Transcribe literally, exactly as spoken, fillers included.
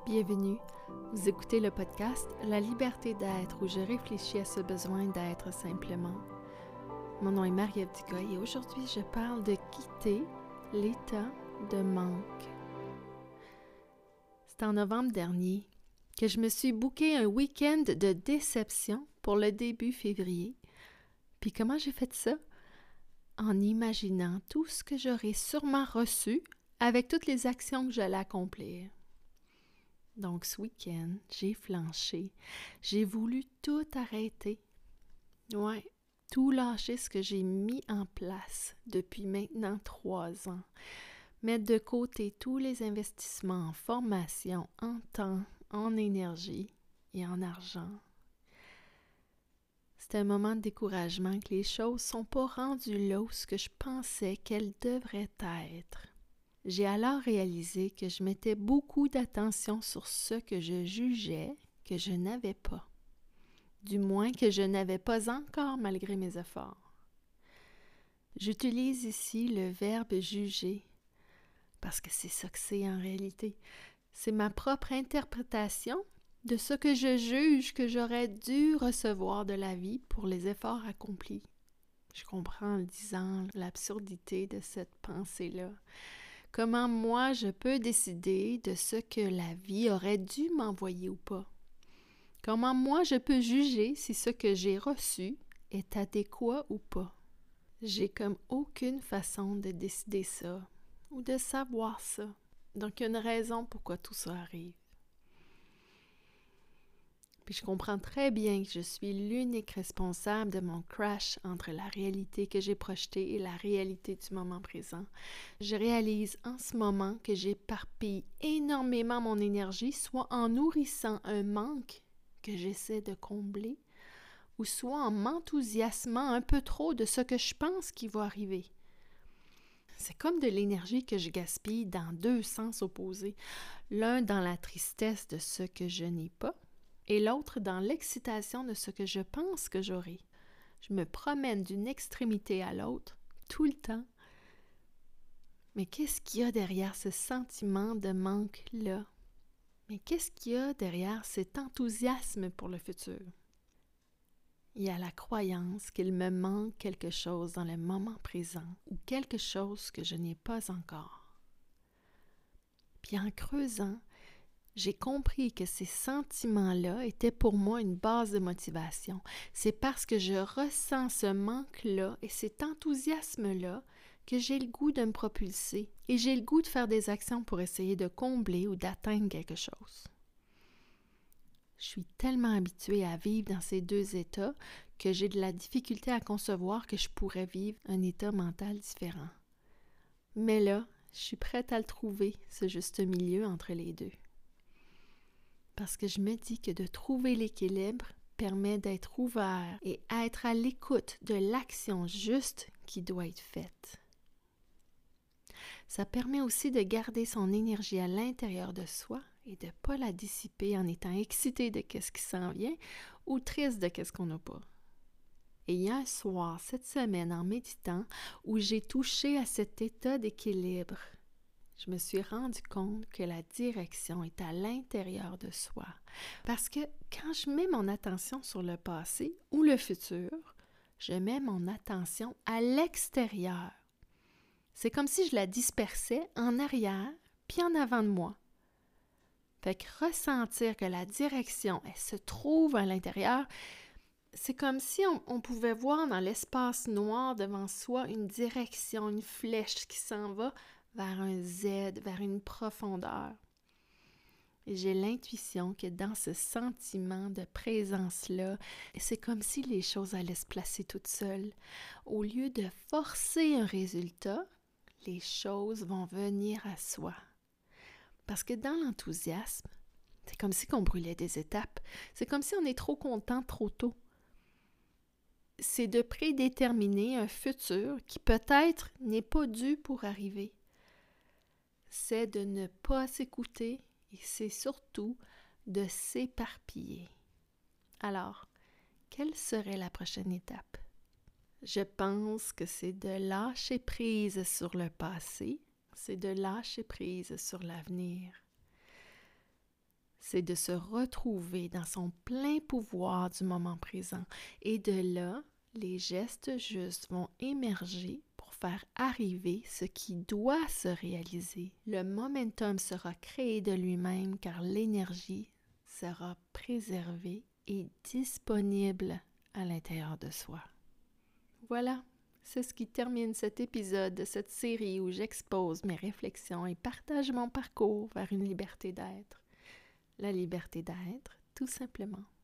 Bienvenue. Vous écoutez le podcast La liberté d'être où je réfléchis à ce besoin d'être simplement. Mon nom est Marie-Ève Dugoy et aujourd'hui je parle de quitter l'état de manque. C'est en novembre dernier que je me suis booké un week-end de déception pour le début février. Puis comment j'ai fait ça? En imaginant tout ce que j'aurais sûrement reçu avec toutes les actions que j'allais accomplir. Donc, ce week-end, j'ai flanché. J'ai voulu tout arrêter. Ouais, tout lâcher ce que j'ai mis en place depuis maintenant trois ans. Mettre de côté tous les investissements en formation, en temps, en énergie et en argent. C'est un moment de découragement que les choses ne sont pas rendues là où ce que je pensais qu'elles devraient être. J'ai alors réalisé que je mettais beaucoup d'attention sur ce que je jugeais que je n'avais pas. Du moins que je n'avais pas encore malgré mes efforts. J'utilise ici le verbe « juger » parce que c'est ça que c'est en réalité. C'est ma propre interprétation de ce que je juge que j'aurais dû recevoir de la vie pour les efforts accomplis. Je comprends en le disant l'absurdité de cette pensée-là. Comment moi je peux décider de ce que la vie aurait dû m'envoyer ou pas? Comment moi je peux juger si ce que j'ai reçu est adéquat ou pas? J'ai comme aucune façon de décider ça ou de savoir ça. Donc il y a une raison pourquoi tout ça arrive. Puis je comprends très bien que je suis l'unique responsable de mon crash entre la réalité que j'ai projetée et la réalité du moment présent. Je réalise en ce moment que j'éparpille énormément mon énergie, soit en nourrissant un manque que j'essaie de combler, ou soit en m'enthousiasmant un peu trop de ce que je pense qui va arriver. C'est comme de l'énergie que je gaspille dans deux sens opposés, l'un dans la tristesse de ce que je n'ai pas, et l'autre dans l'excitation de ce que je pense que j'aurai. Je me promène d'une extrémité à l'autre, tout le temps. Mais qu'est-ce qu'il y a derrière ce sentiment de manque-là? Mais qu'est-ce qu'il y a derrière cet enthousiasme pour le futur? Il y a la croyance qu'il me manque quelque chose dans le moment présent ou quelque chose que je n'ai pas encore. Puis en creusant, j'ai compris que ces sentiments-là étaient pour moi une base de motivation. C'est parce que je ressens ce manque-là et cet enthousiasme-là que j'ai le goût de me propulser et j'ai le goût de faire des actions pour essayer de combler ou d'atteindre quelque chose. Je suis tellement habituée à vivre dans ces deux états que j'ai de la difficulté à concevoir que je pourrais vivre un état mental différent. Mais là, je suis prête à le trouver, ce juste milieu entre les deux. Parce que je me dis que de trouver l'équilibre permet d'être ouvert et être à l'écoute de l'action juste qui doit être faite. Ça permet aussi de garder son énergie à l'intérieur de soi et de ne pas la dissiper en étant excité de ce qui s'en vient ou triste de ce qu'on n'a pas. Et il y a un soir, cette semaine, en méditant, où j'ai touché à cet état d'équilibre. Je me suis rendu compte que la direction est à l'intérieur de soi. Parce que quand je mets mon attention sur le passé ou le futur, je mets mon attention à l'extérieur. C'est comme si je la dispersais en arrière puis en avant de moi. Fait que ressentir que la direction, elle se trouve à l'intérieur, c'est comme si on, on pouvait voir dans l'espace noir devant soi une direction, une flèche qui s'en va vers un Z, vers une profondeur. Et j'ai l'intuition que dans ce sentiment de présence-là, c'est comme si les choses allaient se placer toutes seules. Au lieu de forcer un résultat, les choses vont venir à soi. Parce que dans l'enthousiasme, c'est comme si on brûlait des étapes. C'est comme si on est trop content trop tôt. C'est de prédéterminer un futur qui peut-être n'est pas dû pour arriver. C'est de ne pas s'écouter et c'est surtout de s'éparpiller. Alors, quelle serait la prochaine étape? Je pense que c'est de lâcher prise sur le passé, c'est de lâcher prise sur l'avenir. c'est de se retrouver dans son plein pouvoir du moment présent. Et de là, les gestes justes vont émerger pour faire arriver ce qui doit se réaliser. Le momentum sera créé de lui-même car l'énergie sera préservée et disponible à l'intérieur de soi. Voilà, c'est ce qui termine cet épisode de cette série où j'expose mes réflexions et partage mon parcours vers une liberté d'être. La liberté d'être, tout simplement.